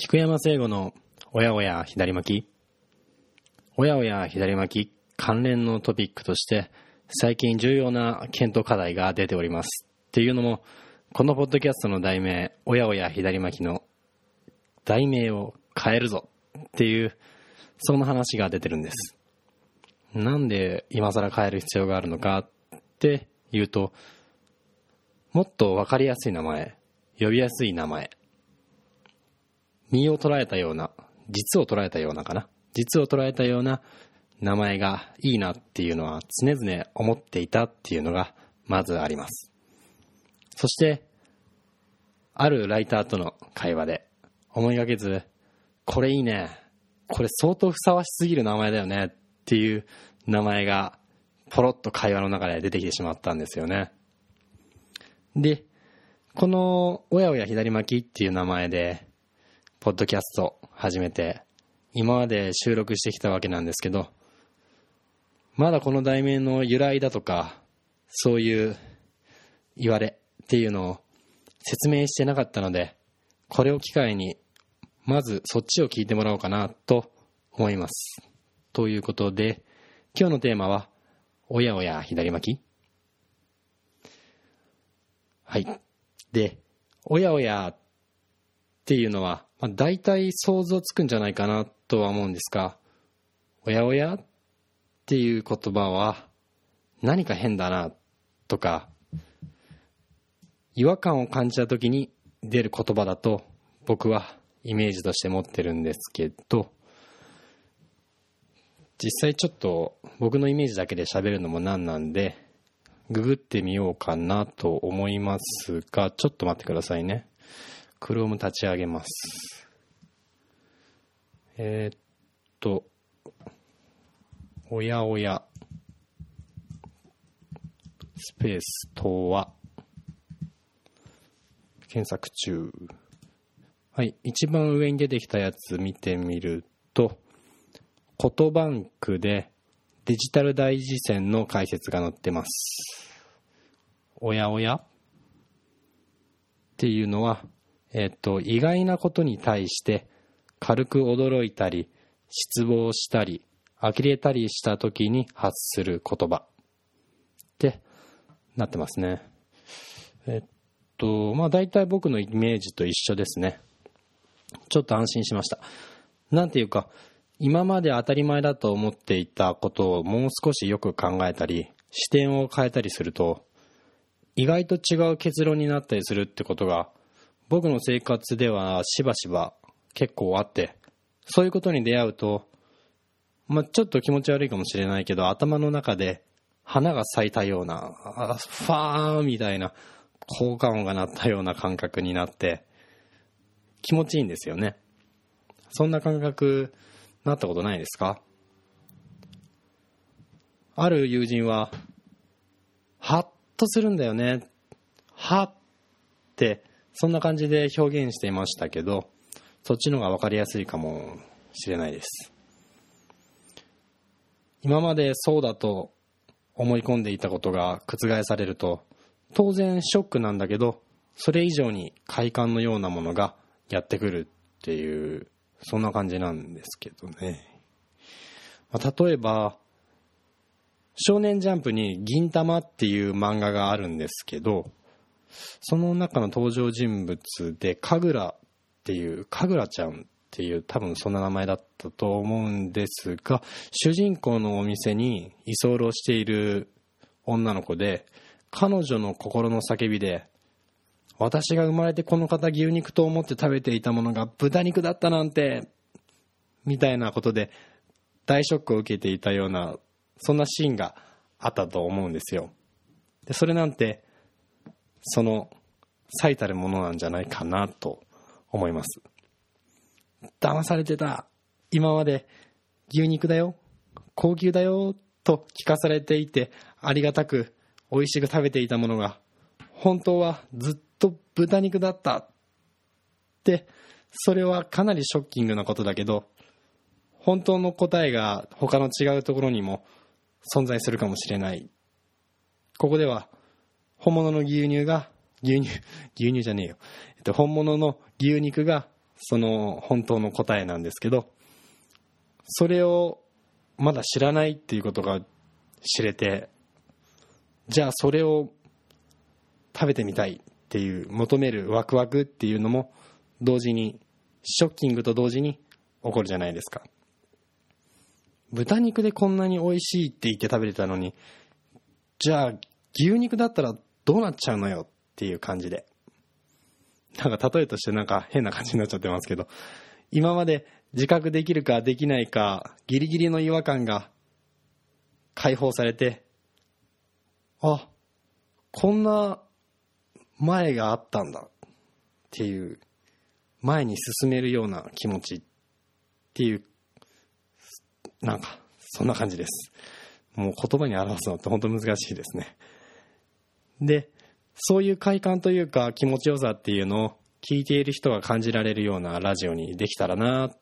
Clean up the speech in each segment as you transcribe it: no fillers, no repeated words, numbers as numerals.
菊山聖吾のおやおや左巻き。おやおや左巻き関連のトピックとして最近重要な検討課題が出ております。っていうのも、このポッドキャストの題名おやおや左巻きの題名を変えるぞっていうそんな話が出てるんです。なんで今更変える必要があるのかっていうと、もっと分かりやすい名前、呼びやすい名前、実を捉えたような、実を捉えたようなかな、実を捉えたような名前がいいなっていうのは常々思っていたっていうのがまずあります。そしてあるライターとの会話で思いがけず、これいいね、これ相当ふさわしすぎる名前だよねっていう名前がポロッと会話の中で出てきてしまったんですよね。で、このおやおや左巻きっていう名前でポッドキャスト始めて今まで収録してきたわけなんですけど、まだこの題名の由来だとかそういう言われっていうのを説明してなかったので、これを機会にまずそっちを聞いてもらおうかなと思います。ということで今日のテーマはおやおや左巻き。はい。で、おやおやっていうのは、大体想像つくんじゃないかなとは思うんですが、おやおやっていう言葉は何か変だなとか違和感を感じた時に出る言葉だと僕はイメージとして持ってるんですけど、実際ちょっと僕のイメージだけで喋るのもなんなんでググってみようかなと思いますが、ちょっと待ってくださいね。Chrome 立ち上げます。おやおやスペースとは検索中。はい、一番上に出てきたやつ見てみると、コトバンクでデジタル大辞典の解説が載ってます。おやおやっていうのは、意外なことに対して軽く驚いたり失望したり呆れたりした時に発する言葉ってなってますね。大体僕のイメージと一緒ですね。ちょっと安心しました。なんていうか、今まで当たり前だと思っていたことをもう少しよく考えたり視点を変えたりすると意外と違う結論になったりするってことが僕の生活ではしばしば結構あって、そういうことに出会うと、ちょっと気持ち悪いかもしれないけど頭の中で花が咲いたようなファーみたいな効果音が鳴ったような感覚になって気持ちいいんですよね。そんな感覚なったことないですか？ある友人はハッとするんだよね、はってそんな感じで表現していましたけど、そっちの方が分かりやすいかもしれないです。今までそうだと思い込んでいたことが覆されると当然ショックなんだけど、それ以上に快感のようなものがやってくるっていう、そんな感じなんですけどね。例えば少年ジャンプに銀魂っていう漫画があるんですけど、その中の登場人物でかぐらっていう、かぐらちゃんっていう多分そんな名前だったと思うんですが、主人公のお店に居候している女の子で、彼女の心の叫びで、私が生まれてこの方牛肉と思って食べていたものが豚肉だったなんてみたいなことで大ショックを受けていたような、そんなシーンがあったと思うんですよ。でそれなんてその最たるものなんじゃないかなと思います。騙されてた、今まで牛肉だよ、高級だよと聞かされていてありがたく美味しく食べていたものが本当はずっと豚肉だったって、それはかなりショッキングなことだけど、本当の答えが他の違うところにも存在するかもしれない。ここでは本物の牛乳じゃねえよ、本物の牛肉がその本当の答えなんですけど、それをまだ知らないっていうことが知れて、じゃあそれを食べてみたいっていう求めるワクワクっていうのも同時に、ショッキングと同時に起こるじゃないですか。豚肉でこんなに美味しいって言って食べれたのに、じゃあ牛肉だったらどうなっちゃうのよっていう感じで、なんか例えとしてなんか変な感じになっちゃってますけど、今まで自覚できるかできないかギリギリの違和感が解放されて、あ、こんな前があったんだっていう、前に進めるような気持ちっていう、なんかそんな感じです。もう言葉に表すのって本当難しいですね。で、そういう快感というか気持ちよさっていうのを聞いている人が感じられるようなラジオにできたらなって、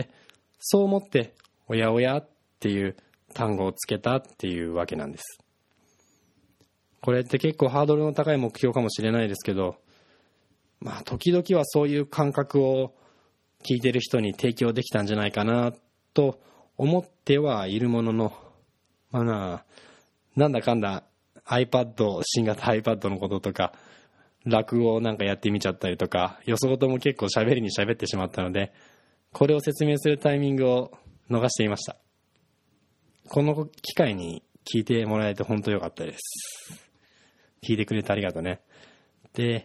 そう思っておやおやっていう単語をつけたっていうわけなんです。これって結構ハードルの高い目標かもしれないですけど、まあ時々はそういう感覚を聞いてる人に提供できたんじゃないかなと思ってはいるものの、まあなんだかんだiPad、新型 iPad のこととか落語をなんかやってみちゃったりとか、よそごとも結構喋りに喋ってしまったので、これを説明するタイミングを逃していました。この機会に聞いてもらえて本当良かったです。聞いてくれてありがとうね。で、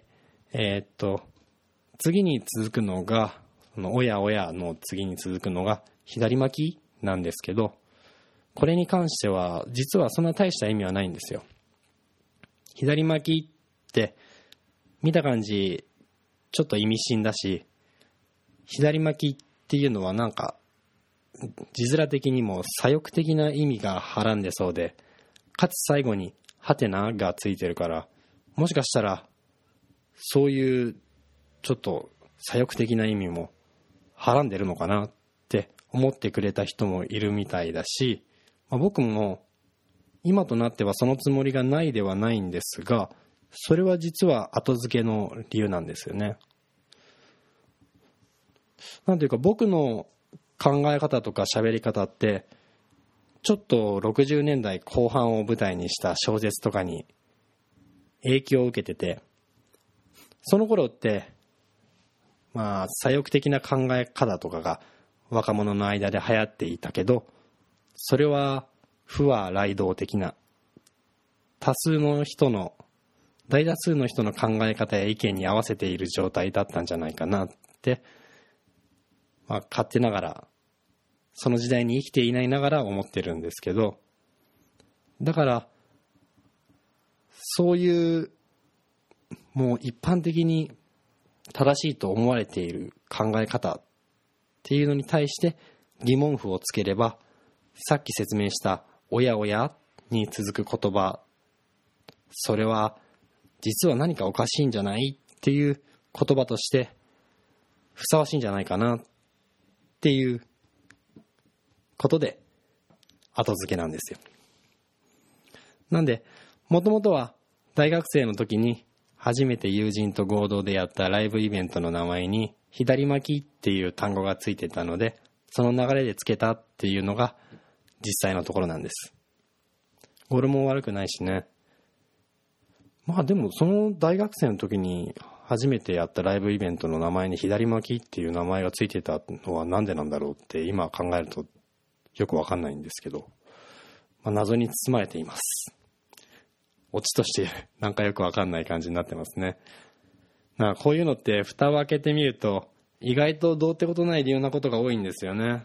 次に続くのが、おやおやの次に続くのが左巻きなんですけど、これに関しては実はそんな大した意味はないんですよ。左巻きって見た感じちょっと意味深だし、左巻きっていうのはなんか字面的にも左翼的な意味がはらんでそうで、かつ最後にハテナがついてるから、もしかしたらそういうちょっと左翼的な意味もはらんでるのかなって思ってくれた人もいるみたいだし、僕も今となってはそのつもりがないではないんですが、それは実は後付けの理由なんですよね。なんていうか、僕の考え方とか喋り方ってちょっと60年代後半を舞台にした小説とかに影響を受けてて、その頃って左翼的な考え方とかが若者の間で流行っていたけど、それは不和雷動的な大多数の人の考え方や意見に合わせている状態だったんじゃないかなって、勝手ながらその時代に生きていないながら思ってるんですけど、だからそういうもう一般的に正しいと思われている考え方っていうのに対して疑問符をつければ、さっき説明したおやおやに続く言葉、それは実は何かおかしいんじゃないっていう言葉としてふさわしいんじゃないかなっていうことで後付けなんですよ。なんでもともとは大学生の時に初めて友人と合同でやったライブイベントの名前に左巻きっていう単語がついてたので、その流れでつけたっていうのが実際のところなんです。語呂も悪くないしね。でもその大学生の時に初めてやったライブイベントの名前に左巻きっていう名前がついてたのはなんでなんだろうって今考えるとよくわかんないんですけど、謎に包まれています。オチとしてなんかよくわかんない感じになってますね。こういうのって蓋を開けてみると意外とどうってことない理由なことが多いんですよね。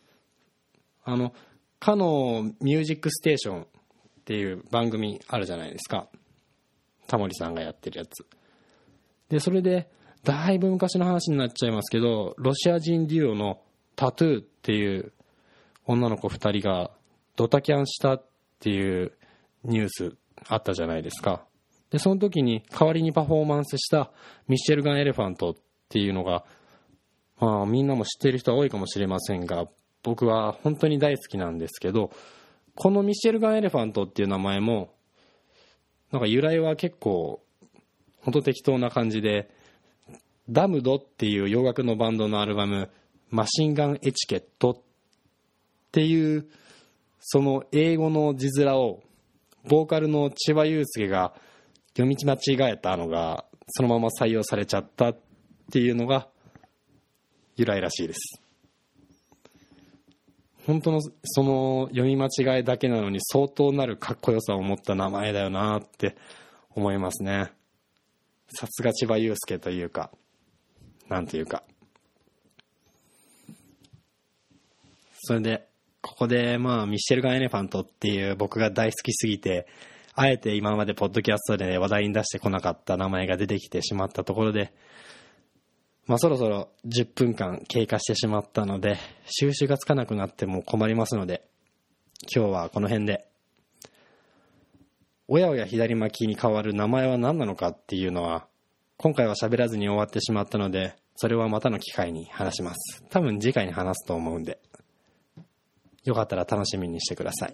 かのミュージックステーションっていう番組あるじゃないですか。タモリさんがやってるやつで、それでだいぶ昔の話になっちゃいますけど、ロシア人デュオのタトゥーっていう女の子2人がドタキャンしたっていうニュースあったじゃないですか。でその時に代わりにパフォーマンスしたミシェルガン・エレファントっていうのが、みんなも知っている人は多いかもしれませんが、僕は本当に大好きなんですけど、このミシェルガン・エレファントっていう名前もなんか由来は結構本当適当な感じで、 ダムドっていう洋楽のバンドのアルバムマシンガンエチケットっていうその英語の字面をボーカルの千葉雄介が読み間違えたのがそのまま採用されちゃったっていうのが由来らしいです。本当のその読み間違いだけなのに相当なるかっこよさを持った名前だよなって思いますね。さすが千葉雄介というかなんていうか。それでここでミシェルガン・エレファントっていう僕が大好きすぎてあえて今までポッドキャストで話題に出してこなかった名前が出てきてしまったところで、そろそろ10分間経過してしまったので収集がつかなくなっても困りますので、今日はこの辺で。おやおや左巻きに代わる名前は何なのかっていうのは今回は喋らずに終わってしまったので、それはまたの機会に話します。多分次回に話すと思うんで、よかったら楽しみにしてください。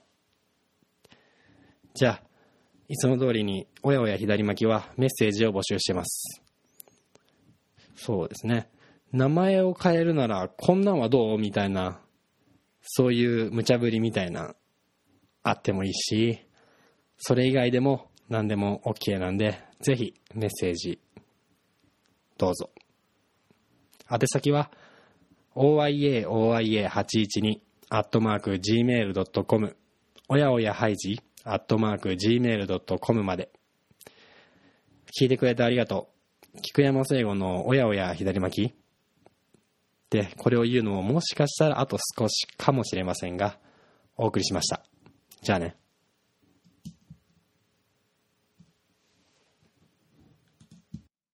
じゃあいつも通りにおやおや左巻きはメッセージを募集してます。そうですね、名前を変えるならこんなんはどうみたいな、そういう無茶ぶりみたいなあってもいいし、それ以外でも何でも OK なんで、ぜひメッセージどうぞ。宛先は oyaoya812@gmail.com おやおやハイジ@gmail.com まで。聞いてくれてありがとう。菊山聖吾のおやおや左巻きで、これを言うのももしかしたらあと少しかもしれませんが、お送りしました。じゃあね。